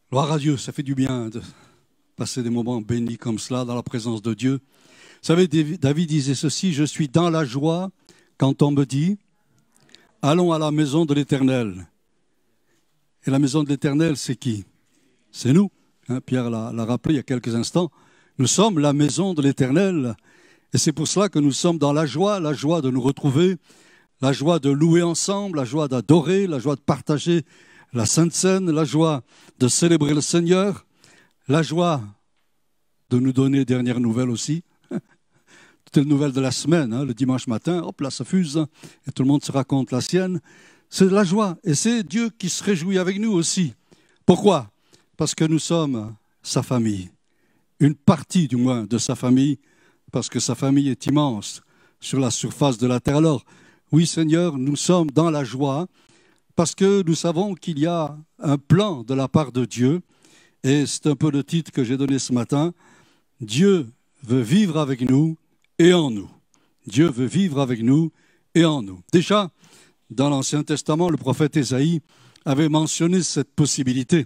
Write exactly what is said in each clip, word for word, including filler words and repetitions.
Gloire à Dieu, ça fait du bien de passer des moments bénis comme cela dans la présence de Dieu. Vous savez, David disait ceci, « Je suis dans la joie quand on me dit, allons à la maison de l'Éternel. » Et la maison de l'Éternel, c'est qui? C'est nous. Hein, Pierre l'a rappelé il y a quelques instants. Nous sommes la maison de l'Éternel. Et c'est pour cela que nous sommes dans la joie, la joie de nous retrouver, la joie de louer ensemble, la joie d'adorer, la joie de partager la Sainte Seine, la joie de célébrer le Seigneur, la joie de nous donner dernières nouvelles aussi. Toutes les nouvelles de la semaine, hein, le dimanche matin, hop là, ça fuse, hein, et tout le monde se raconte la sienne. C'est de la joie, et c'est Dieu qui se réjouit avec nous aussi. Pourquoi? Parce que nous sommes sa famille, une partie du moins de sa famille, parce que sa famille est immense sur la surface de la terre. Alors, oui Seigneur, nous sommes dans la joie, parce que nous savons qu'il y a un plan de la part de Dieu, et c'est un peu le titre que j'ai donné ce matin. Dieu veut vivre avec nous et en nous. Dieu veut vivre avec nous et en nous. Déjà, dans l'Ancien Testament, le prophète Ésaïe avait mentionné cette possibilité.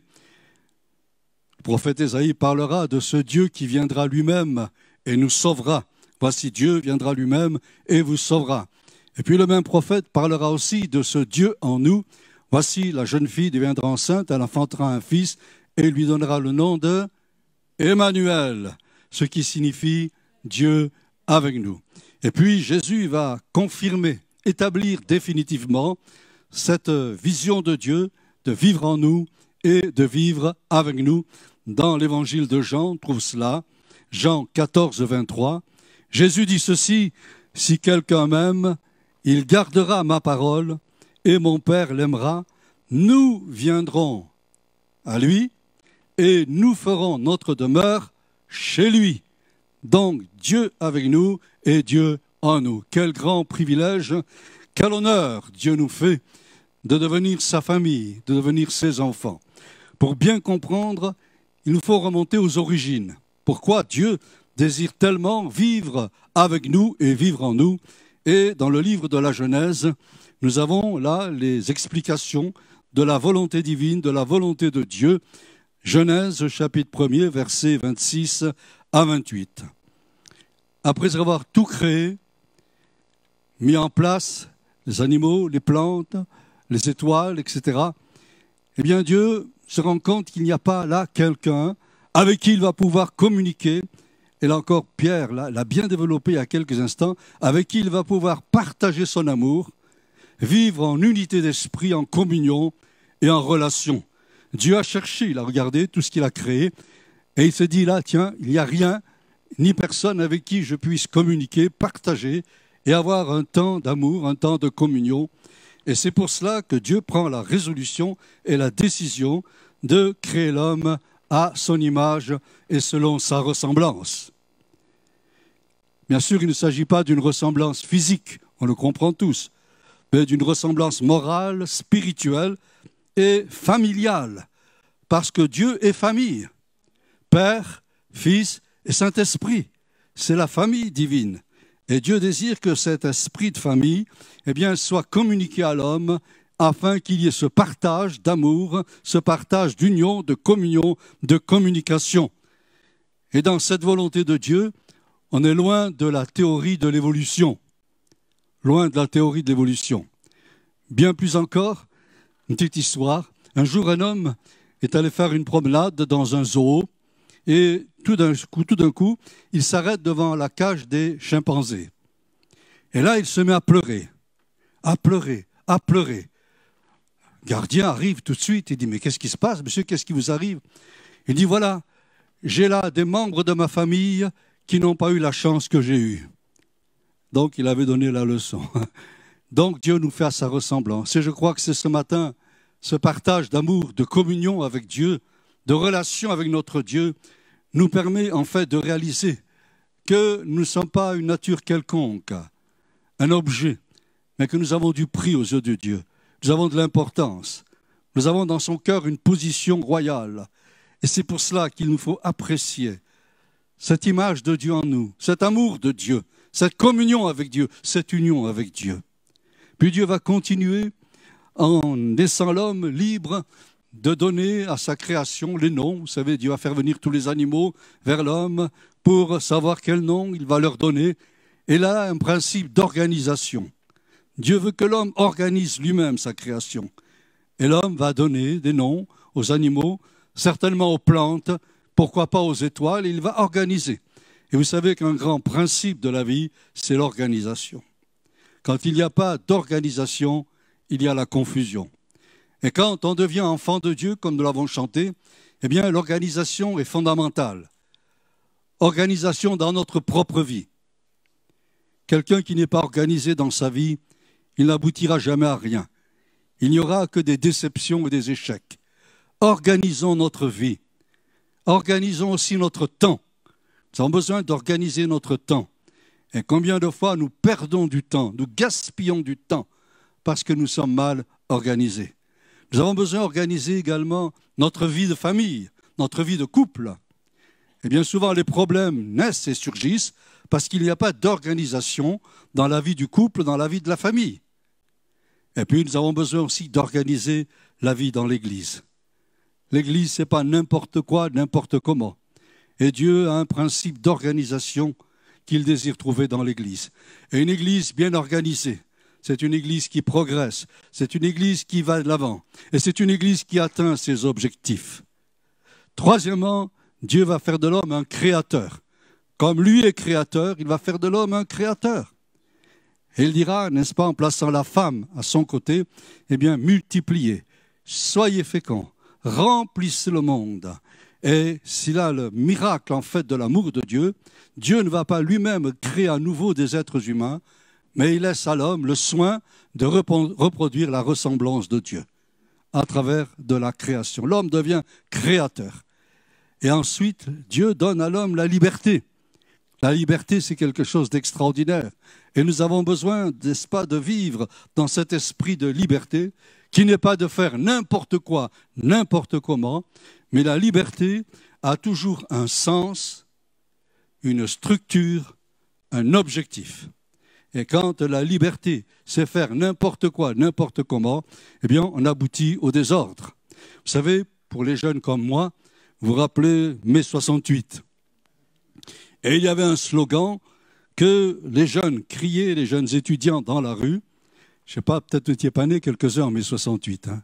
Le prophète Ésaïe parlera de ce Dieu qui viendra lui-même et nous sauvera. Voici, Dieu viendra lui-même et vous sauvera. Et puis le même prophète parlera aussi de ce Dieu en nous. Voici, la jeune fille deviendra enceinte, elle enfantera un fils et lui donnera le nom de Emmanuel, ce qui signifie Dieu avec nous. Et puis Jésus va confirmer, établir définitivement cette vision de Dieu, de vivre en nous et de vivre avec nous. Dans l'évangile de Jean, on trouve cela, Jean quatorze, vingt-trois. Jésus dit ceci, « Si quelqu'un m'aime, il gardera ma parole, et mon Père l'aimera. Nous viendrons à lui, et nous ferons notre demeure chez lui. » Donc Dieu avec nous et Dieu en nous. Quel grand privilège, quel honneur Dieu nous fait de devenir sa famille, de devenir ses enfants. Pour bien comprendre, il nous faut remonter aux origines. Pourquoi Dieu désire tellement vivre avec nous et vivre en nous? Et dans le livre de la Genèse, nous avons là les explications de la volonté divine, de la volonté de Dieu. Genèse chapitre premier, versets vingt-six à vingt-huit. Après avoir tout créé, mis en place les animaux, les plantes, les étoiles, et cetera, eh bien Dieu se rend compte qu'il n'y a pas là quelqu'un avec qui il va pouvoir communiquer. Et là encore, Pierre l'a bien développé il y a quelques instants, avec qui il va pouvoir partager son amour, vivre en unité d'esprit, en communion et en relation. Dieu a cherché, il a regardé tout ce qu'il a créé, et il se dit là, tiens, il n'y a rien, ni personne avec qui je puisse communiquer, partager et avoir un temps d'amour, un temps de communion. Et c'est pour cela que Dieu prend la résolution et la décision de créer l'homme à son image et selon sa ressemblance. Bien sûr, il ne s'agit pas d'une ressemblance physique, on le comprend tous, mais d'une ressemblance morale, spirituelle et familiale, parce que Dieu est famille, Père, Fils et Saint-Esprit. C'est la famille divine. Et Dieu désire que cet esprit de famille eh bien, soit communiqué à l'homme afin qu'il y ait ce partage d'amour, ce partage d'union, de communion, de communication. Et dans cette volonté de Dieu, on est loin de la théorie de l'évolution. Loin de la théorie de l'évolution. Bien plus encore, une petite histoire. Un jour, un homme est allé faire une promenade dans un zoo et tout d'un coup, tout d'un coup, il s'arrête devant la cage des chimpanzés. Et là, il se met à pleurer, à pleurer, à pleurer. Le gardien arrive tout de suite, il dit « Mais qu'est-ce qui se passe, monsieur, qu'est-ce qui vous arrive ?» Il dit « Voilà, j'ai là des membres de ma famille qui n'ont pas eu la chance que j'ai eue. » Donc, il avait donné la leçon. Donc, Dieu nous fait à sa ressemblance. Et je crois que c'est ce matin, ce partage d'amour, de communion avec Dieu, de relation avec notre Dieu, nous permet en fait de réaliser que nous ne sommes pas une nature quelconque, un objet, mais que nous avons du prix aux yeux de Dieu. Nous avons de l'importance. Nous avons dans son cœur une position royale. Et c'est pour cela qu'il nous faut apprécier cette image de Dieu en nous, cet amour de Dieu, cette communion avec Dieu, cette union avec Dieu. Puis Dieu va continuer en laissant l'homme libre de donner à sa création les noms. Vous savez, Dieu va faire venir tous les animaux vers l'homme pour savoir quel nom il va leur donner. Et là, un principe d'organisation. Dieu veut que l'homme organise lui-même sa création. Et l'homme va donner des noms aux animaux, certainement aux plantes, pourquoi pas aux étoiles, et il va organiser. Et vous savez qu'un grand principe de la vie, c'est l'organisation. Quand il n'y a pas d'organisation, il y a la confusion. Et quand on devient enfant de Dieu, comme nous l'avons chanté, eh bien l'organisation est fondamentale. Organisation dans notre propre vie. Quelqu'un qui n'est pas organisé dans sa vie, il n'aboutira jamais à rien. Il n'y aura que des déceptions et des échecs. Organisons notre vie. Organisons aussi notre temps. Nous avons besoin d'organiser notre temps. Et combien de fois nous perdons du temps, nous gaspillons du temps parce que nous sommes mal organisés. Nous avons besoin d'organiser également notre vie de famille, notre vie de couple. Et bien souvent, les problèmes naissent et surgissent parce qu'il n'y a pas d'organisation dans la vie du couple, dans la vie de la famille. Et puis, nous avons besoin aussi d'organiser la vie dans l'Église. L'Église, ce n'est pas n'importe quoi, n'importe comment. Et Dieu a un principe d'organisation qu'il désire trouver dans l'Église. Et une Église bien organisée, c'est une Église qui progresse, c'est une Église qui va de l'avant, et c'est une Église qui atteint ses objectifs. Troisièmement, Dieu va faire de l'homme un créateur. Comme lui est créateur, il va faire de l'homme un créateur. Et il dira, n'est-ce pas, en plaçant la femme à son côté, eh bien, multipliez, soyez féconds, remplissez le monde. Et c'est là le miracle, en fait, de l'amour de Dieu. Dieu ne va pas lui-même créer à nouveau des êtres humains, mais il laisse à l'homme le soin de reproduire la ressemblance de Dieu à travers de la création. L'homme devient créateur. Et ensuite, Dieu donne à l'homme la liberté. La liberté, c'est quelque chose d'extraordinaire. Et nous avons besoin, n'est-ce pas, de vivre dans cet esprit de liberté, qui n'est pas de faire n'importe quoi, n'importe comment, mais la liberté a toujours un sens, une structure, un objectif. Et quand la liberté, c'est faire n'importe quoi, n'importe comment, eh bien, on aboutit au désordre. Vous savez, pour les jeunes comme moi, vous vous rappelez mai soixante-huit. Et il y avait un slogan que les jeunes criaient, les jeunes étudiants dans la rue. Je ne sais pas, peut-être vous n'étiez pas né quelques-uns en mai soixante-huit. Hein.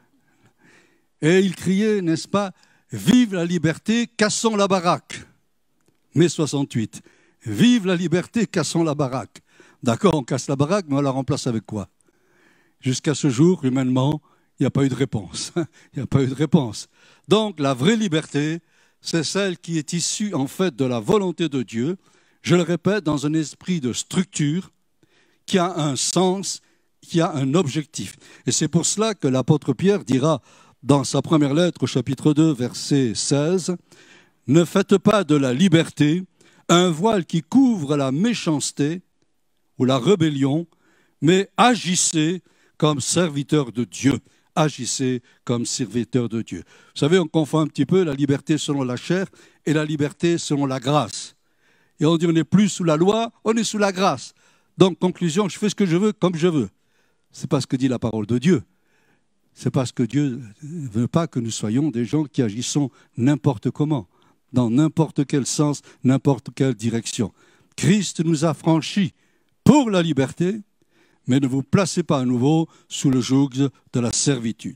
Et ils criaient, n'est-ce pas, « Vive la liberté, cassons la baraque ». mai soixante-huit. « Vive la liberté, cassons la baraque ». D'accord, on casse la baraque, mais on la remplace avec quoi? Jusqu'à ce jour, humainement, il n'y a pas eu de réponse. Il n'y a pas eu de réponse. Donc, la vraie liberté, c'est celle qui est issue, en fait, de la volonté de Dieu. Je le répète, dans un esprit de structure, qui a un sens, qui a un objectif. Et c'est pour cela que l'apôtre Pierre dira, dans sa première lettre, au chapitre deux, verset seize, « Ne faites pas de la liberté un voile qui couvre la méchanceté, ou la rébellion, mais agissez comme serviteurs de Dieu. Agissez comme serviteurs de Dieu. Vous savez, on confond un petit peu la liberté selon la chair et la liberté selon la grâce. Et on dit on n'est plus sous la loi, on est sous la grâce. Donc, conclusion, je fais ce que je veux comme je veux. Ce n'est pas ce que dit la parole de Dieu. C'est parce que Dieu ne veut pas que nous soyons des gens qui agissons n'importe comment, dans n'importe quel sens, n'importe quelle direction. Christ nous a franchis pour la liberté, mais ne vous placez pas à nouveau sous le joug de la servitude.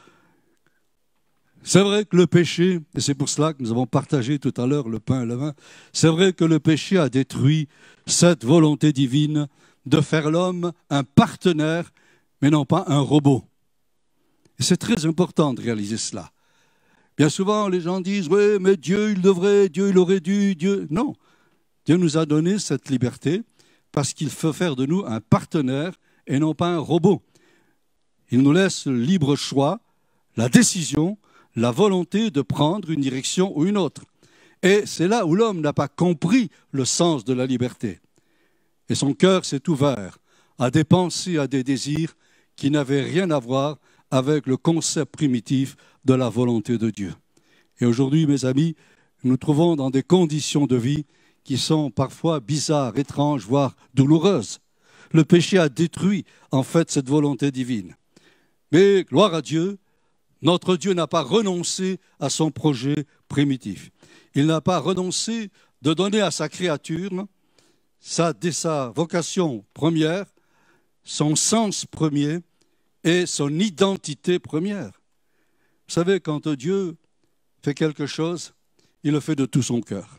C'est vrai que le péché, et c'est pour cela que nous avons partagé tout à l'heure le pain et le vin, c'est vrai que le péché a détruit cette volonté divine de faire l'homme un partenaire, mais non pas un robot. Et c'est très important de réaliser cela. Bien souvent, les gens disent, oui, mais Dieu, il devrait, Dieu, il aurait dû, Dieu... Non, Dieu nous a donné cette liberté, parce qu'il veut faire de nous un partenaire et non pas un robot. Il nous laisse le libre choix, la décision, la volonté de prendre une direction ou une autre. Et c'est là où l'homme n'a pas compris le sens de la liberté. Et son cœur s'est ouvert à des pensées, à des désirs qui n'avaient rien à voir avec le concept primitif de la volonté de Dieu. Et aujourd'hui, mes amis, nous nous trouvons dans des conditions de vie qui sont parfois bizarres, étranges, voire douloureuses. Le péché a détruit, en fait, cette volonté divine. Mais, gloire à Dieu, Notre Dieu n'a pas renoncé à son projet primitif. Il n'a pas renoncé de donner à sa créature sa, sa vocation première, son sens premier et son identité première. Vous savez, quand Dieu fait quelque chose, il le fait de tout son cœur.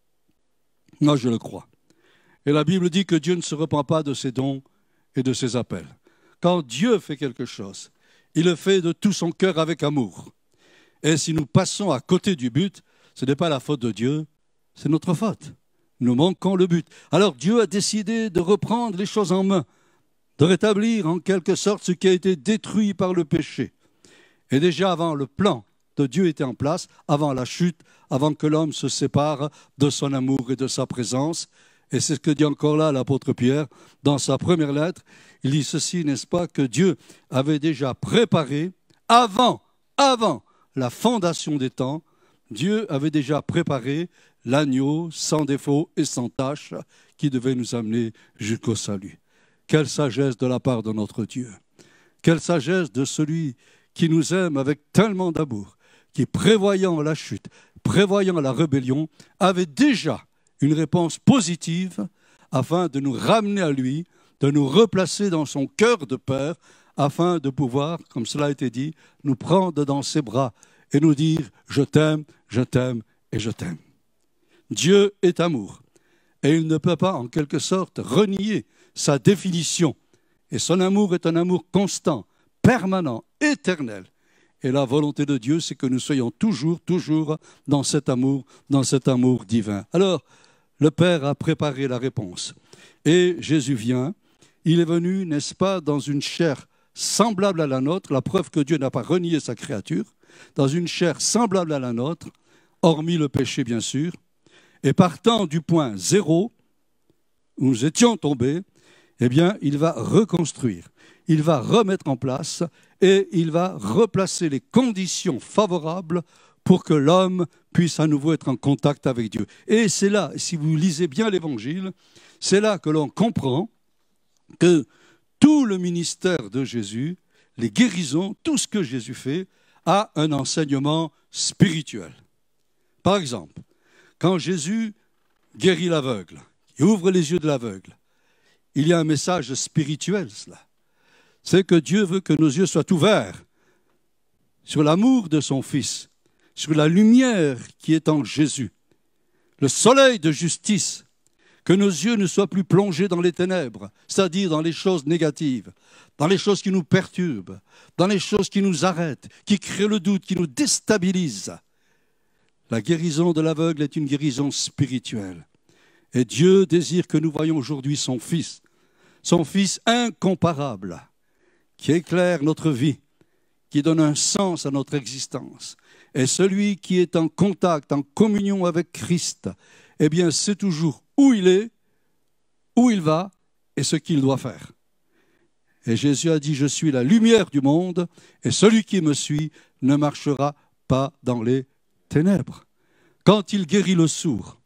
Moi, je le crois. Et la Bible dit que Dieu ne se repent pas de ses dons et de ses appels. Quand Dieu fait quelque chose, il le fait de tout son cœur avec amour. Et si nous passons à côté du but, ce n'est pas la faute de Dieu, c'est notre faute. Nous manquons le but. Alors Dieu a décidé de reprendre les choses en main, de rétablir en quelque sorte ce qui a été détruit par le péché. Et déjà avant, le plan de Dieu était en place, avant la chute, avant que l'homme se sépare de son amour et de sa présence. Et c'est ce que dit encore là l'apôtre Pierre dans sa première lettre. Il dit ceci, n'est-ce pas, que Dieu avait déjà préparé, avant, avant la fondation des temps, Dieu avait déjà préparé l'agneau sans défaut et sans tache qui devait nous amener jusqu'au salut. Quelle sagesse de la part de notre Dieu. Quelle sagesse de celui qui nous aime avec tellement d'amour, qui, prévoyant la chute, prévoyant la rébellion, avait déjà une réponse positive afin de nous ramener à lui, de nous replacer dans son cœur de Père, afin de pouvoir, comme cela a été dit, nous prendre dans ses bras et nous dire « Je t'aime, je t'aime et je t'aime ». Dieu est amour et il ne peut pas, en quelque sorte, renier sa définition. Et son amour est un amour constant, permanent, éternel. Et la volonté de Dieu, c'est que nous soyons toujours, toujours dans cet amour, dans cet amour divin. Alors, le Père a préparé la réponse. Et Jésus vient. Il est venu, n'est-ce pas, dans une chair semblable à la nôtre, la preuve que Dieu n'a pas renié sa créature, dans une chair semblable à la nôtre, hormis le péché, bien sûr. Et partant du point zéro, où nous étions tombés, eh bien, il va reconstruire, il va remettre en place et il va replacer les conditions favorables pour que l'homme puisse à nouveau être en contact avec Dieu. Et c'est là, si vous lisez bien l'Évangile, c'est là que l'on comprend que tout le ministère de Jésus, les guérisons, tout ce que Jésus fait, a un enseignement spirituel. Par exemple, quand Jésus guérit l'aveugle, il ouvre les yeux de l'aveugle, il y a un message spirituel, cela. C'est que Dieu veut que nos yeux soient ouverts sur l'amour de son Fils, sur la lumière qui est en Jésus, le soleil de justice, que nos yeux ne soient plus plongés dans les ténèbres, c'est-à-dire dans les choses négatives, dans les choses qui nous perturbent, dans les choses qui nous arrêtent, qui créent le doute, qui nous déstabilisent. La guérison de l'aveugle est une guérison spirituelle. Et Dieu désire que nous voyions aujourd'hui son Fils, son Fils incomparable, qui éclaire notre vie, qui donne un sens à notre existence. Et celui qui est en contact, en communion avec Christ, eh bien, c'est toujours où il est, où il va et ce qu'il doit faire. Et Jésus a dit, je suis la lumière du monde, et celui qui me suit ne marchera pas dans les ténèbres. Quand il guérit le sourd,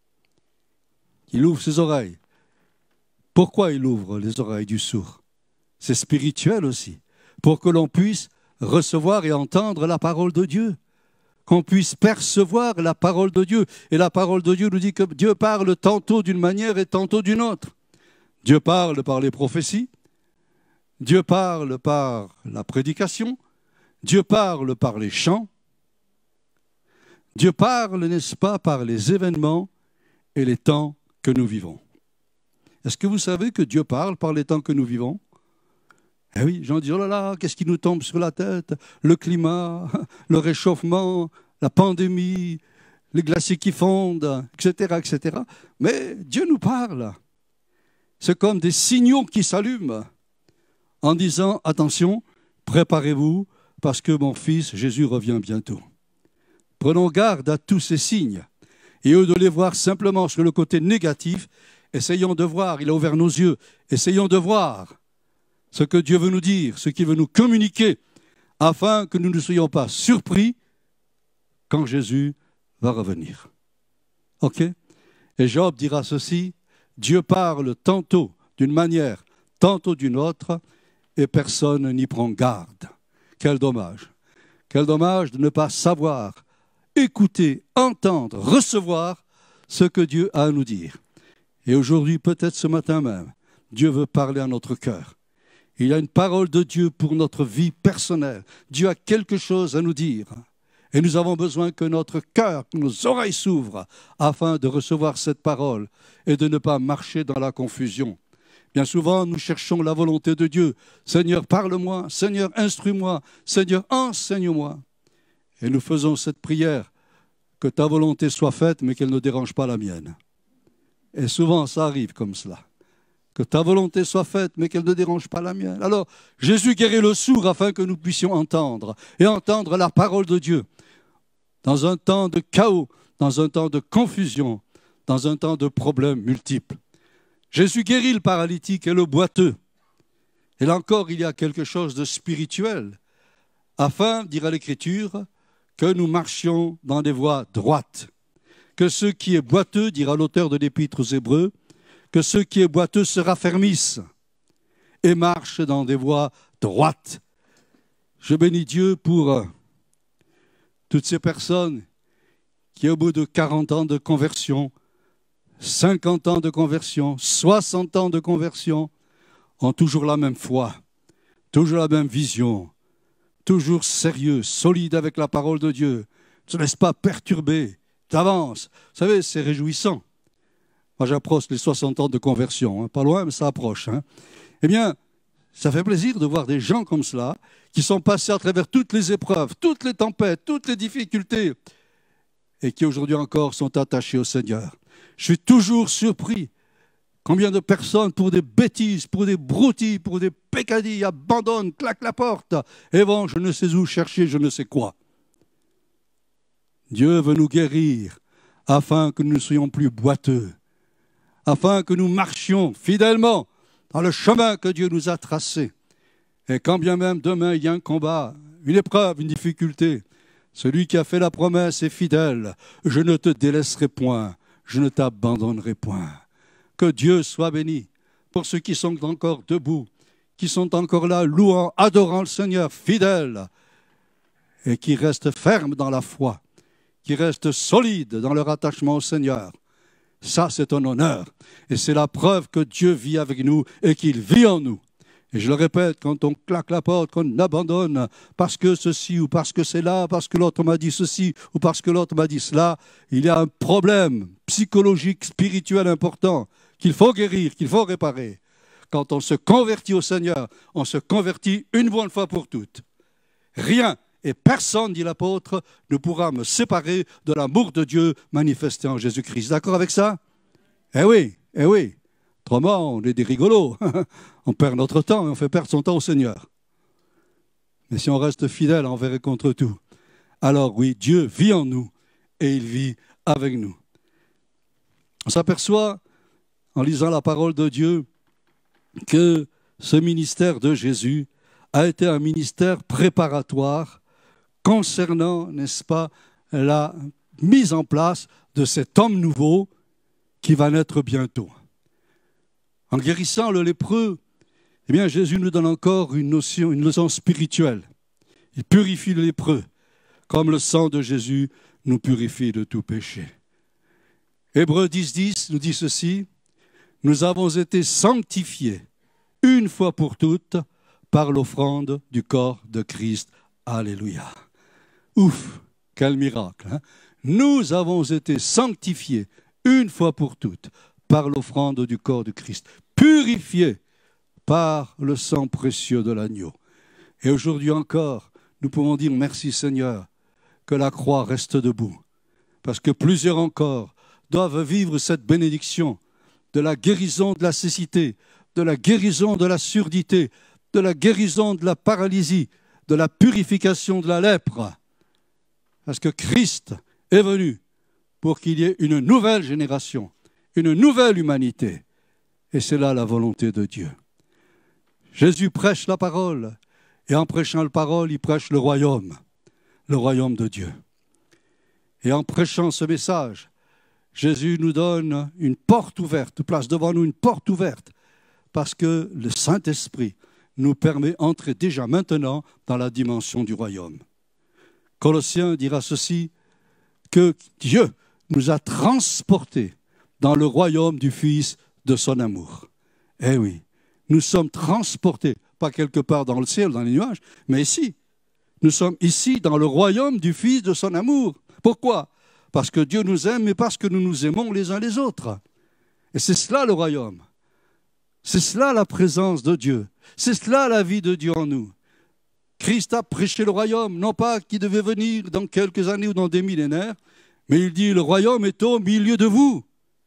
il ouvre ses oreilles. Pourquoi il ouvre les oreilles du sourd? C'est spirituel aussi, pour que l'on puisse recevoir et entendre la parole de Dieu, qu'on puisse percevoir la parole de Dieu. Et la parole de Dieu nous dit que Dieu parle tantôt d'une manière et tantôt d'une autre. Dieu parle par les prophéties, Dieu parle par la prédication, Dieu parle par les chants, Dieu parle, n'est-ce pas, par les événements et les temps que nous vivons. Est-ce que vous savez que Dieu parle par les temps que nous vivons? Eh oui, les gens disent, oh là là, qu'est-ce qui nous tombe sur la tête? Le climat, le réchauffement, la pandémie, les glaciers qui fondent, et cetera, et cetera. Mais Dieu nous parle. C'est comme des signaux qui s'allument en disant, attention, préparez-vous parce que mon Fils Jésus revient bientôt. Prenons garde à tous ces signes. Et au lieu de les voir simplement sur le côté négatif, essayons de voir, il a ouvert nos yeux, essayons de voir ce que Dieu veut nous dire, ce qu'il veut nous communiquer, afin que nous ne soyons pas surpris quand Jésus va revenir. Ok? Et Job dira ceci, Dieu parle tantôt d'une manière, tantôt d'une autre, et personne n'y prend garde. Quel dommage. Quel dommage de ne pas savoir, écouter, entendre, recevoir ce que Dieu a à nous dire. Et aujourd'hui, peut-être ce matin même, Dieu veut parler à notre cœur. Il y a une parole de Dieu pour notre vie personnelle. Dieu a quelque chose à nous dire. Et nous avons besoin que notre cœur, que nos oreilles s'ouvrent afin de recevoir cette parole et de ne pas marcher dans la confusion. Bien souvent, nous cherchons la volonté de Dieu. Seigneur, parle-moi. Seigneur, instruis-moi. Seigneur, enseigne-moi. Et nous faisons cette prière, que ta volonté soit faite, mais qu'elle ne dérange pas la mienne. Et souvent, ça arrive comme cela. Que ta volonté soit faite, mais qu'elle ne dérange pas la mienne. Alors, Jésus guérit le sourd afin que nous puissions entendre, et entendre la parole de Dieu. Dans un temps de chaos, dans un temps de confusion, dans un temps de problèmes multiples. Jésus guérit le paralytique et le boiteux. Et là encore, il y a quelque chose de spirituel, afin, dira l'Écriture, que nous marchions dans des voies droites. Que ce qui est boiteux, dira l'auteur de l'Épître aux Hébreux, que ceux qui est boiteux se raffermissent et marchent dans des voies droites. Je bénis Dieu pour euh, toutes ces personnes qui, au bout de quarante ans de conversion, cinquante ans de conversion, soixante ans de conversion, ont toujours la même foi, toujours la même vision, toujours sérieux, solide avec la parole de Dieu, ne se laisse pas perturber, t'avances. Vous savez, c'est réjouissant. Moi, j'approche les soixante ans de conversion, hein, pas loin, mais ça approche. Hein. Eh bien, ça fait plaisir de voir des gens comme cela, qui sont passés à travers toutes les épreuves, toutes les tempêtes, toutes les difficultés, et qui aujourd'hui encore sont attachés au Seigneur. Je suis toujours surpris combien de personnes, pour des bêtises, pour des broutilles, pour des pécadilles, abandonnent, claquent la porte, et vont je ne sais où chercher je ne sais quoi. Dieu veut nous guérir, afin que nous ne soyons plus boiteux, afin que nous marchions fidèlement dans le chemin que Dieu nous a tracé. Et quand bien même demain il y a un combat, une épreuve, une difficulté, celui qui a fait la promesse est fidèle. Je ne te délaisserai point, je ne t'abandonnerai point. Que Dieu soit béni pour ceux qui sont encore debout, qui sont encore là, louant, adorant le Seigneur, fidèles, et qui restent fermes dans la foi, qui restent solides dans leur attachement au Seigneur. Ça, c'est un honneur. Et c'est la preuve que Dieu vit avec nous et qu'il vit en nous. Et je le répète, quand on claque la porte, qu'on abandonne parce que ceci ou parce que c'est là, parce que l'autre m'a dit ceci ou parce que l'autre m'a dit cela, il y a un problème psychologique, spirituel important qu'il faut guérir, qu'il faut réparer. Quand on se convertit au Seigneur, on se convertit une bonne fois pour toutes. Rien et personne, dit l'apôtre, ne pourra me séparer de l'amour de Dieu manifesté en Jésus-Christ. D'accord avec ça? Eh oui, eh oui. Autrement, on est des rigolos. On perd notre temps et on fait perdre son temps au Seigneur. Mais si on reste fidèle envers et contre tout, alors oui, Dieu vit en nous et il vit avec nous. On s'aperçoit, en lisant la parole de Dieu, que ce ministère de Jésus a été un ministère préparatoire concernant, n'est-ce pas, la mise en place de cet homme nouveau qui va naître bientôt. En guérissant le lépreux, eh bien, Jésus nous donne encore une notion, une leçon spirituelle. Il purifie le lépreux, comme le sang de Jésus nous purifie de tout péché. Hébreux dix, dix nous dit ceci, « Nous avons été sanctifiés une fois pour toutes par l'offrande du corps de Christ. » Alléluia. Ouf, quel miracle. Hein? Nous avons été sanctifiés une fois pour toutes par l'offrande du corps de Christ, purifiés par le sang précieux de l'agneau. Et aujourd'hui encore, nous pouvons dire merci Seigneur, que la croix reste debout, parce que plusieurs encore doivent vivre cette bénédiction de la guérison de la cécité, de la guérison de la surdité, de la guérison de la paralysie, de la purification de la lèpre. Parce que Christ est venu pour qu'il y ait une nouvelle génération, une nouvelle humanité. Et c'est là la volonté de Dieu. Jésus prêche la parole, et en prêchant la parole, il prêche le royaume, le royaume de Dieu. Et en prêchant ce message, Jésus nous donne une porte ouverte, place devant nous une porte ouverte, parce que le Saint-Esprit nous permet d'entrer déjà maintenant dans la dimension du royaume. Colossiens dira ceci, que Dieu nous a transportés dans le royaume du Fils de son amour. Eh oui, nous sommes transportés, pas quelque part dans le ciel, dans les nuages, mais ici. Nous sommes ici dans le royaume du Fils de son amour. Pourquoi? Parce que Dieu nous aime et parce que nous nous aimons les uns les autres. Et c'est cela le royaume. C'est cela la présence de Dieu. C'est cela la vie de Dieu en nous. Christ a prêché le royaume, non pas qu'il devait venir dans quelques années ou dans des millénaires, mais il dit, le royaume est au milieu de vous.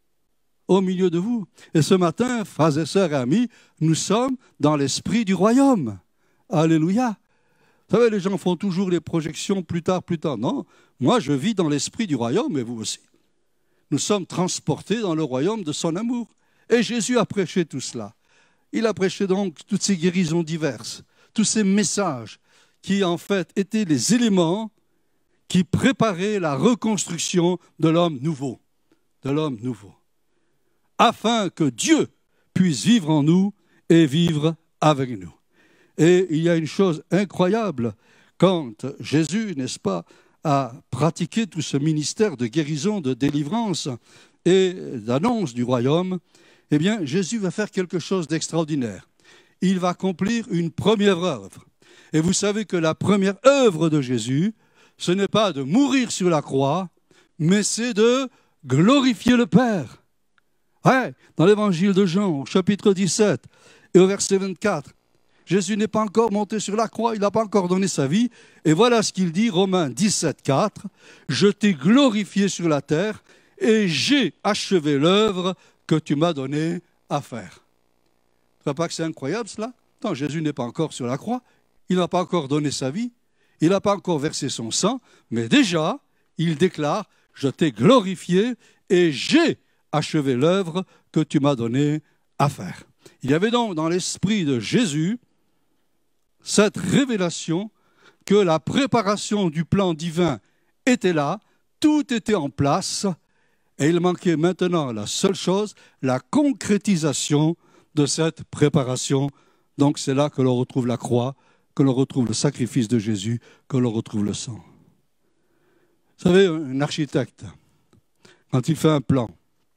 Au milieu de vous. Et ce matin, frères et sœurs et amis, nous sommes dans l'esprit du royaume. Alléluia. Vous savez, les gens font toujours les projections plus tard, plus tard. Non, moi je vis dans l'esprit du royaume, et vous aussi. Nous sommes transportés dans le royaume de son amour. Et Jésus a prêché tout cela. Il a prêché donc toutes ces guérisons diverses, tous ces messages qui en fait étaient les éléments qui préparaient la reconstruction de l'homme nouveau, de l'homme nouveau, afin que Dieu puisse vivre en nous et vivre avec nous. Et il y a une chose incroyable, quand Jésus, n'est-ce pas, a pratiqué tout ce ministère de guérison, de délivrance et d'annonce du royaume, eh bien, Jésus va faire quelque chose d'extraordinaire. Il va accomplir une première œuvre. Et vous savez que la première œuvre de Jésus, ce n'est pas de mourir sur la croix, mais c'est de glorifier le Père. Ouais, dans l'évangile de Jean, au chapitre dix-sept et au verset vingt-quatre, Jésus n'est pas encore monté sur la croix, il n'a pas encore donné sa vie. Et voilà ce qu'il dit, Romains dix-sept, quatre, « Je t'ai glorifié sur la terre et j'ai achevé l'œuvre que tu m'as donné à faire. » Tu ne vois pas que c'est incroyable cela? Non, Jésus n'est pas encore sur la croix, il n'a pas encore donné sa vie, il n'a pas encore versé son sang, mais déjà, il déclare, « Je t'ai glorifié et j'ai achevé l'œuvre que tu m'as donné à faire. » Il y avait donc dans l'esprit de Jésus cette révélation que la préparation du plan divin était là, tout était en place, et il manquait maintenant la seule chose, la concrétisation de cette préparation. Donc c'est là que l'on retrouve la croix, que l'on retrouve le sacrifice de Jésus, que l'on retrouve le sang. Vous savez, un architecte, quand il fait un plan,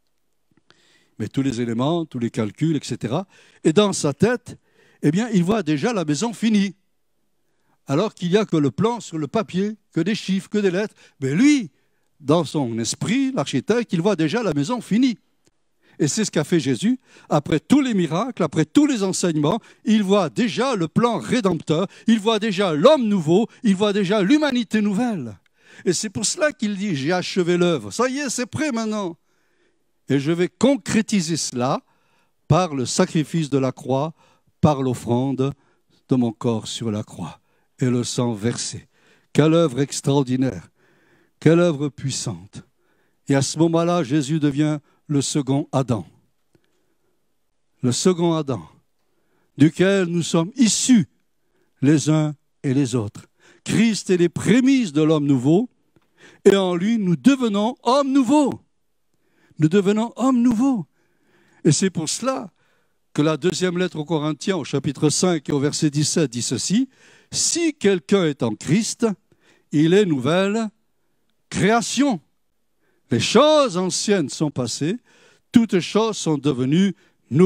il met tous les éléments, tous les calculs, et cetera, et dans sa tête, eh bien, il voit déjà la maison finie. Alors qu'il n'y a que le plan sur le papier, que des chiffres, que des lettres. Mais lui, dans son esprit, l'architecte, il voit déjà la maison finie. Et c'est ce qu'a fait Jésus. Après tous les miracles, après tous les enseignements, il voit déjà le plan rédempteur, il voit déjà l'homme nouveau, il voit déjà l'humanité nouvelle. Et c'est pour cela qu'il dit, j'ai achevé l'œuvre. Ça y est, c'est prêt maintenant. Et je vais concrétiser cela par le sacrifice de la croix, par l'offrande de mon corps sur la croix et le sang versé. Quelle œuvre extraordinaire, quelle œuvre puissante. Et à ce moment-là, Jésus devient le second Adam. Le second Adam, duquel nous sommes issus les uns et les autres. Christ est les prémices de l'homme nouveau, et en lui, nous devenons hommes nouveaux. Nous devenons hommes nouveaux. Et c'est pour cela que la deuxième lettre aux Corinthiens, au chapitre cinq et au verset dix-sept, dit ceci, « Si quelqu'un est en Christ, il est nouvelle création. Les choses anciennes sont passées, toutes choses sont devenues nouvelles. »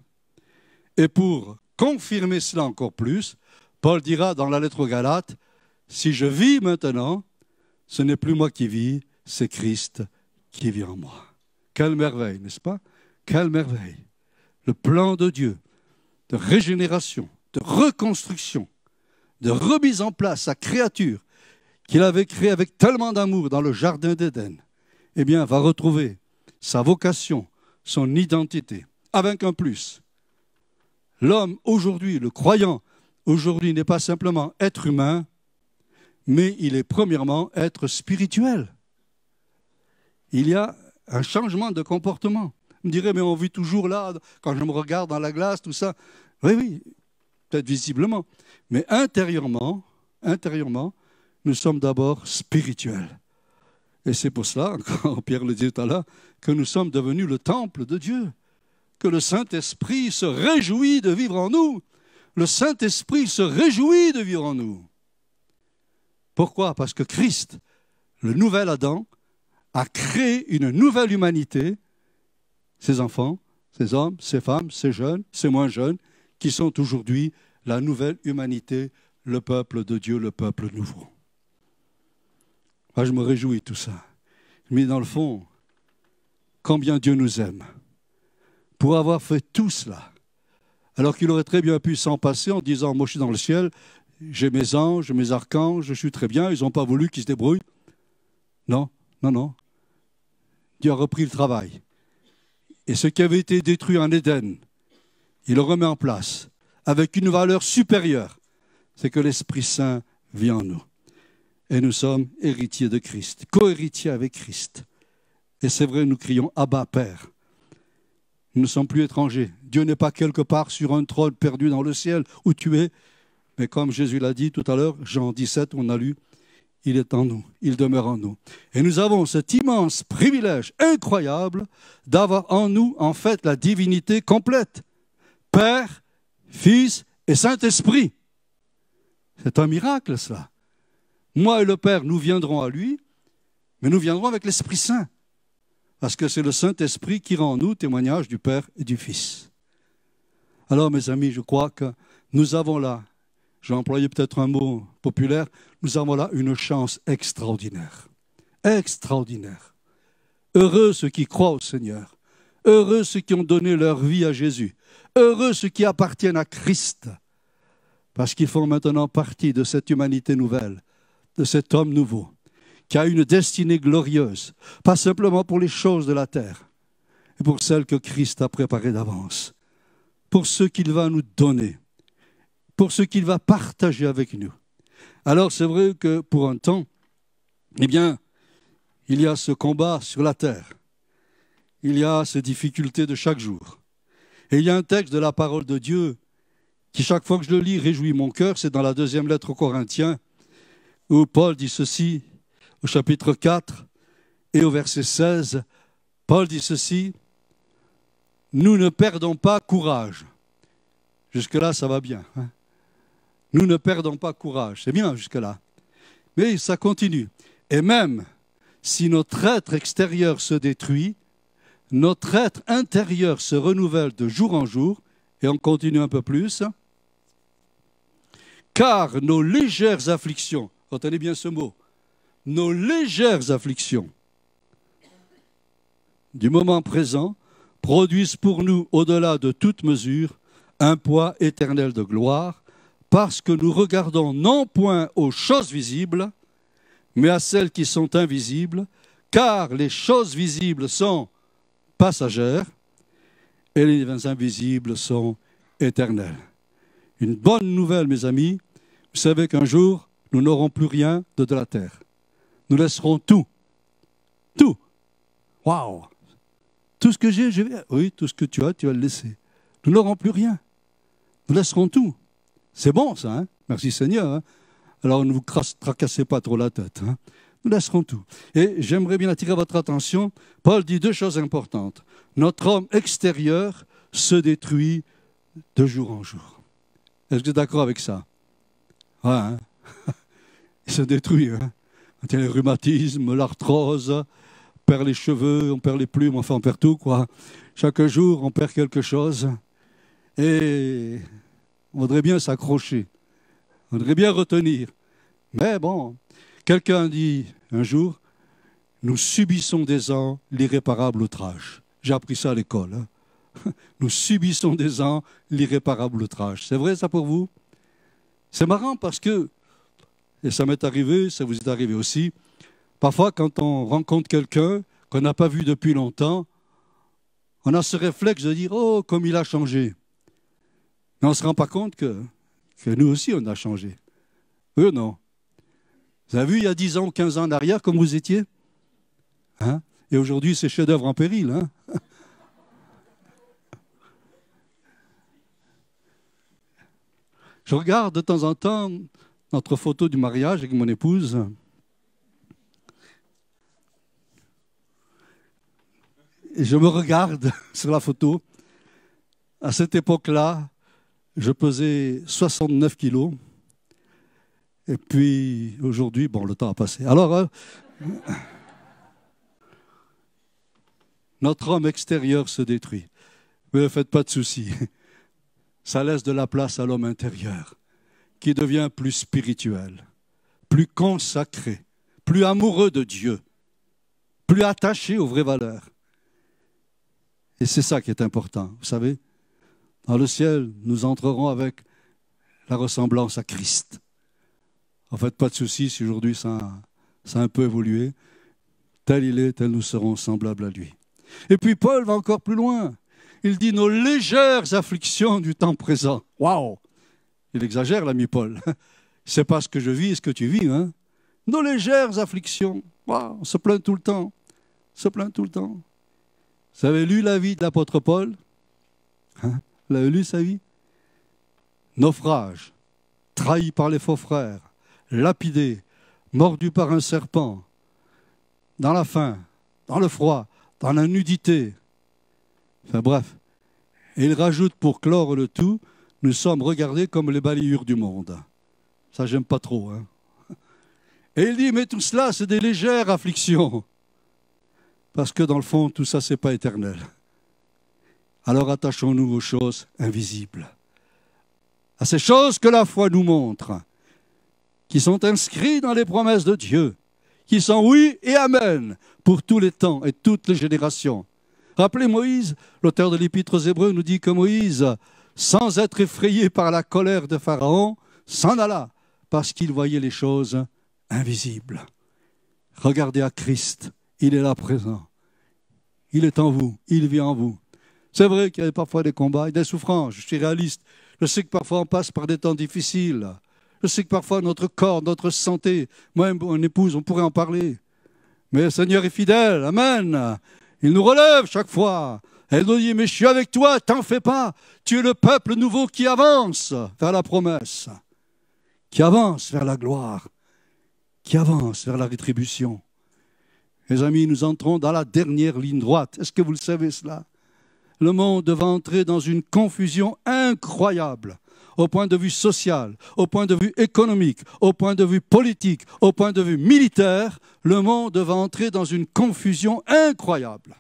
Et pour confirmer cela encore plus, Paul dira dans la lettre aux Galates, « Si je vis maintenant, ce n'est plus moi qui vis, c'est Christ qui vit en moi. » Quelle merveille, n'est-ce pas? Quelle merveille! Le plan de Dieu de régénération, de reconstruction, de remise en place sa créature qu'il avait créée avec tellement d'amour dans le jardin d'Éden, eh bien, va retrouver sa vocation, son identité, avec un plus. L'homme aujourd'hui, le croyant, aujourd'hui n'est pas simplement être humain, mais il est premièrement être spirituel. Il y a un changement de comportement. Vous me direz, mais on vit toujours là, quand je me regarde dans la glace, tout ça. Oui, oui, peut-être visiblement. Mais intérieurement, intérieurement, nous sommes d'abord spirituels. Et c'est pour cela, quand Pierre le dit tout à l'heure, que nous sommes devenus le temple de Dieu. Que le Saint-Esprit se réjouit de vivre en nous. Le Saint-Esprit se réjouit de vivre en nous. Pourquoi? Parce que Christ, le nouvel Adam, a créé une nouvelle humanité, ses enfants, ces hommes, ces femmes, ces jeunes, ces moins jeunes, qui sont aujourd'hui la nouvelle humanité, le peuple de Dieu, le peuple nouveau. Moi, je me réjouis de tout ça. Mais dans le fond, combien Dieu nous aime pour avoir fait tout cela, alors qu'il aurait très bien pu s'en passer en disant, moi je suis dans le ciel, j'ai mes anges, mes archanges, je suis très bien, ils n'ont pas voulu qu'ils se débrouillent. Non, non, non. Dieu a repris le travail. Et ce qui avait été détruit en Éden, il le remet en place avec une valeur supérieure. C'est que l'Esprit Saint vit en nous. Et nous sommes héritiers de Christ, co-héritiers avec Christ. Et c'est vrai, nous crions « Abba, Père ». Nous ne sommes plus étrangers. Dieu n'est pas quelque part sur un trône perdu dans le ciel où tu es. Mais comme Jésus l'a dit tout à l'heure, Jean dix-sept, on a lu, il est en nous, il demeure en nous. Et nous avons cet immense privilège incroyable d'avoir en nous, en fait, la divinité complète. Père, Fils et Saint-Esprit. C'est un miracle, cela. Moi et le Père, nous viendrons à lui, mais nous viendrons avec l'Esprit Saint. Parce que c'est le Saint-Esprit qui rend en nous témoignage du Père et du Fils. Alors, mes amis, je crois que nous avons là, j'ai employé peut-être un mot populaire, nous avons là une chance extraordinaire. Extraordinaire. Heureux ceux qui croient au Seigneur. Heureux ceux qui ont donné leur vie à Jésus. Heureux ceux qui appartiennent à Christ. Parce qu'ils font maintenant partie de cette humanité nouvelle, de cet homme nouveau, qui a une destinée glorieuse, pas simplement pour les choses de la terre, mais pour celles que Christ a préparées d'avance, pour ce qu'il va nous donner, pour ce qu'il va partager avec nous. Alors c'est vrai que pour un temps, eh bien, il y a ce combat sur la terre, il y a ces difficultés de chaque jour. Et il y a un texte de la parole de Dieu qui, chaque fois que je le lis, réjouit mon cœur, c'est dans la deuxième lettre aux Corinthiens, où Paul dit ceci, au chapitre quatre et au verset seize, Paul dit ceci, « Nous ne perdons pas courage. » Jusque-là, ça va bien. Hein? Nous ne perdons pas courage. C'est bien jusque-là. Mais ça continue. Et même si notre être extérieur se détruit, notre être intérieur se renouvelle de jour en jour, et on continue un peu plus, car nos légères afflictions, retenez bien ce mot, nos légères afflictions du moment présent produisent pour nous, au-delà de toute mesure, un poids éternel de gloire, parce que nous regardons non point aux choses visibles, mais à celles qui sont invisibles, car les choses visibles sont passagères et les invisibles sont éternelles. Une bonne nouvelle, mes amis, vous savez qu'un jour, nous n'aurons plus rien de, de la terre. Nous laisserons tout. Tout. Waouh! Tout ce que j'ai, je vais... Oui, tout ce que tu as, tu vas le laisser. Nous n'aurons plus rien. Nous laisserons tout. C'est bon, ça, hein? Merci Seigneur. Hein? Alors ne vous tracassez pas trop la tête. Hein? Nous laisserons tout. Et j'aimerais bien attirer votre attention. Paul dit deux choses importantes. Notre homme extérieur se détruit de jour en jour. Est-ce que vous êtes d'accord avec ça? Ouais, hein? Il se détruit. Hein? Il y a les rhumatismes, l'arthrose, on perd les cheveux, on perd les plumes, enfin on perd tout, quoi. Chaque jour, on perd quelque chose. Et on voudrait bien s'accrocher. On voudrait bien retenir. Mais bon, quelqu'un dit un jour, nous subissons des ans l'irréparable outrage. J'ai appris ça à l'école. Hein. Nous subissons des ans l'irréparable outrage. C'est vrai ça pour vous? C'est marrant parce que, et ça m'est arrivé, ça vous est arrivé aussi, parfois quand on rencontre quelqu'un qu'on n'a pas vu depuis longtemps, on a ce réflexe de dire « Oh, comme il a changé ». Mais on ne se rend pas compte que, que nous aussi on a changé. Eux non. Vous avez vu il y a dix ans ou quinze ans en arrière comme vous étiez? Hein? Et aujourd'hui c'est chef-d'œuvre en péril. Hein? Je regarde de temps en temps notre photo du mariage avec mon épouse. Et je me regarde sur la photo. À cette époque-là, je pesais soixante-neuf kilos. Et puis, aujourd'hui, bon, le temps a passé. Alors, euh, notre homme extérieur se détruit. Mais ne faites pas de soucis. Ça laisse de la place à l'homme intérieur, qui devient plus spirituel, plus consacré, plus amoureux de Dieu, plus attaché aux vraies valeurs. Et c'est ça qui est important, vous savez. Dans le ciel, nous entrerons avec la ressemblance à Christ. En fait, pas de souci si aujourd'hui ça, ça a un peu évolué. Tel il est, tel nous serons semblables à lui. Et puis Paul va encore plus loin. Il dit nos légères afflictions du temps présent. Waouh! Il exagère, l'ami Paul. C'est pas ce que je vis et ce que tu vis, hein? Nos légères afflictions. Waouh! On se plaint tout le temps. On se plaint tout le temps. Vous avez lu la vie de l'apôtre Paul? Hein? Vous l'avez lu sa vie? Naufrage, trahi par les faux frères, lapidé, mordu par un serpent, dans la faim, dans le froid, dans la nudité. Enfin bref. Et il rajoute pour clore le tout, nous sommes regardés comme les balayures du monde. Ça, j'aime pas trop. Hein. Et il dit, mais tout cela, c'est des légères afflictions. Parce que dans le fond, tout ça, c'est pas éternel. Alors attachons-nous aux choses invisibles. À ces choses que la foi nous montre, qui sont inscrites dans les promesses de Dieu, qui sont oui et amen pour tous les temps et toutes les générations. Rappelez Moïse, l'auteur de l'Épître aux Hébreux nous dit que Moïse, sans être effrayé par la colère de Pharaon, s'en alla parce qu'il voyait les choses invisibles. Regardez à Christ, il est là présent. Il est en vous, il vit en vous. C'est vrai qu'il y a parfois des combats et des souffrances, je suis réaliste. Je sais que parfois on passe par des temps difficiles. Je sais que parfois notre corps, notre santé, moi et mon épouse, on pourrait en parler. Mais le Seigneur est fidèle, amen. Il nous relève chaque fois. Elle nous dit, mais je suis avec toi, t'en fais pas. Tu es le peuple nouveau qui avance vers la promesse, qui avance vers la gloire, qui avance vers la rétribution. Mes amis, nous entrons dans la dernière ligne droite. Est-ce que vous le savez cela? Le monde va entrer dans une confusion incroyable, au point de vue social, au point de vue économique, au point de vue politique, au point de vue militaire. Le monde va entrer dans une confusion incroyable.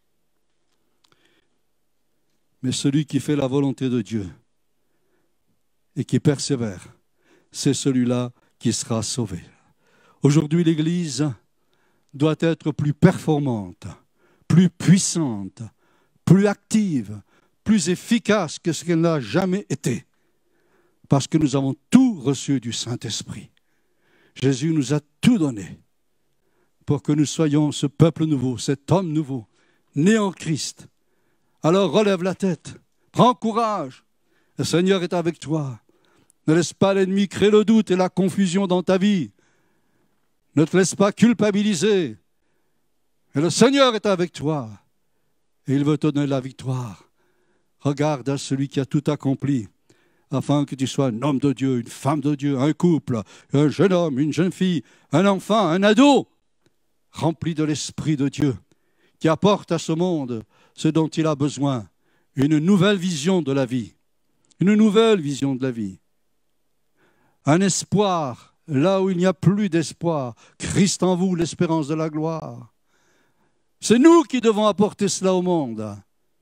Mais celui qui fait la volonté de Dieu et qui persévère, c'est celui-là qui sera sauvé. Aujourd'hui, l'Église doit être plus performante, plus puissante, plus active, plus efficace que ce qu'elle n'a jamais été. Parce que nous avons tout reçu du Saint-Esprit. Jésus nous a tout donné pour que nous soyons ce peuple nouveau, cet homme nouveau, né en Christ. Alors relève la tête, prends courage, le Seigneur est avec toi. Ne laisse pas l'ennemi créer le doute et la confusion dans ta vie. Ne te laisse pas culpabiliser. Et le Seigneur est avec toi. Et il veut te donner la victoire. Regarde à celui qui a tout accompli, afin que tu sois un homme de Dieu, une femme de Dieu, un couple, un jeune homme, une jeune fille, un enfant, un ado, rempli de l'Esprit de Dieu, qui apporte à ce monde ce dont il a besoin, une nouvelle vision de la vie, une nouvelle vision de la vie. Un espoir, là où il n'y a plus d'espoir, Christ en vous, l'espérance de la gloire. C'est nous qui devons apporter cela au monde.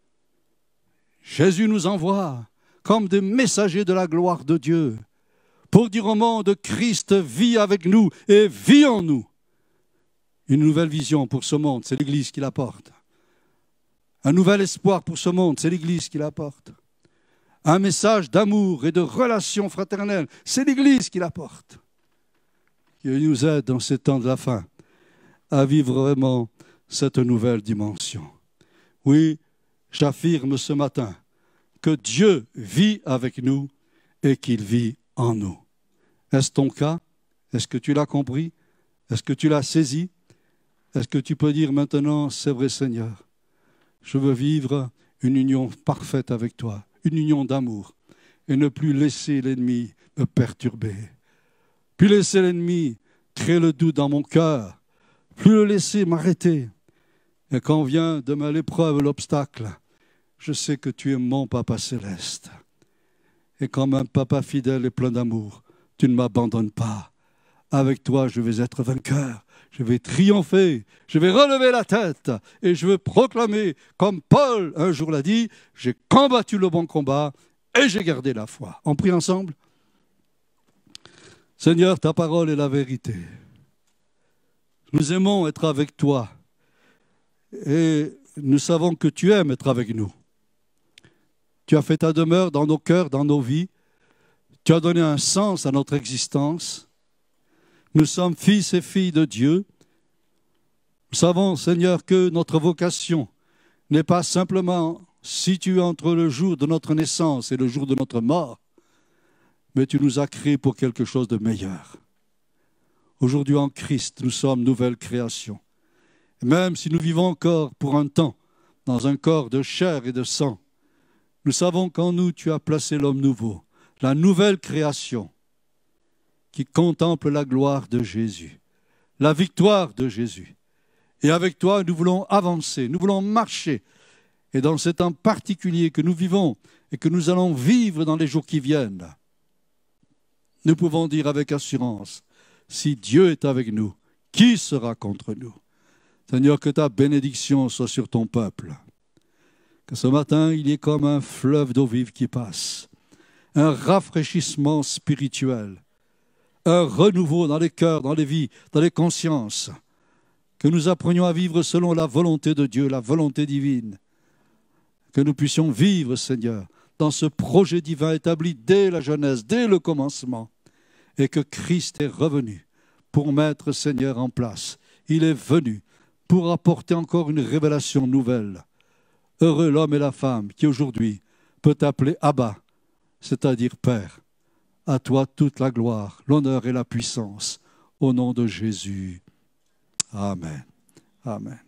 Jésus nous envoie comme des messagers de la gloire de Dieu pour dire au monde, Christ vit avec nous et vit en nous. Une nouvelle vision pour ce monde, c'est l'Église qui l'apporte. Un nouvel espoir pour ce monde, c'est l'Église qui l'apporte. Un message d'amour et de relation fraternelle, c'est l'Église qui l'apporte. Qui nous aide dans ces temps de la fin à vivre vraiment cette nouvelle dimension. Oui, j'affirme ce matin que Dieu vit avec nous et qu'il vit en nous. Est-ce ton cas? Est-ce que tu l'as compris? Est-ce que tu l'as saisi? Est-ce que tu peux dire maintenant, c'est vrai Seigneur, je veux vivre une union parfaite avec toi, une union d'amour, et ne plus laisser l'ennemi me perturber, plus laisser l'ennemi créer le doute dans mon cœur, plus le laisser m'arrêter. Et quand vient de ma l'épreuve, l'obstacle, je sais que tu es mon Papa céleste. Et comme un Papa fidèle et plein d'amour, tu ne m'abandonnes pas. avec toi, je vais être vainqueur. Je vais triompher, je vais relever la tête et je vais proclamer, comme Paul un jour l'a dit, j'ai combattu le bon combat et j'ai gardé la foi. On prie ensemble? Seigneur, ta parole est la vérité. Nous aimons être avec toi et nous savons que tu aimes être avec nous. Tu as fait ta demeure dans nos cœurs, dans nos vies. Tu as donné un sens à notre existence. Nous sommes fils et filles de Dieu. Nous savons, Seigneur, que notre vocation n'est pas simplement située entre le jour de notre naissance et le jour de notre mort, mais tu nous as créés pour quelque chose de meilleur. Aujourd'hui en Christ, nous sommes nouvelle création. Et même si nous vivons encore pour un temps dans un corps de chair et de sang, nous savons qu'en nous tu as placé l'homme nouveau, la nouvelle création qui contemple la gloire de Jésus, la victoire de Jésus. Et avec toi, nous voulons avancer, nous voulons marcher. Et dans ce temps particulier que nous vivons et que nous allons vivre dans les jours qui viennent, nous pouvons dire avec assurance, si Dieu est avec nous, qui sera contre nous? Seigneur, que ta bénédiction soit sur ton peuple. Que ce matin, il y ait comme un fleuve d'eau vive qui passe, un rafraîchissement spirituel, un renouveau dans les cœurs, dans les vies, dans les consciences, que nous apprenions à vivre selon la volonté de Dieu, la volonté divine, que nous puissions vivre, Seigneur, dans ce projet divin établi dès la jeunesse, dès le commencement, et que Christ est revenu pour mettre, Seigneur, en place. Il est venu pour apporter encore une révélation nouvelle. Heureux l'homme et la femme qui aujourd'hui peut t'appeler Abba, c'est-à-dire Père. À toi toute la gloire, l'honneur et la puissance, au nom de Jésus. Amen. Amen.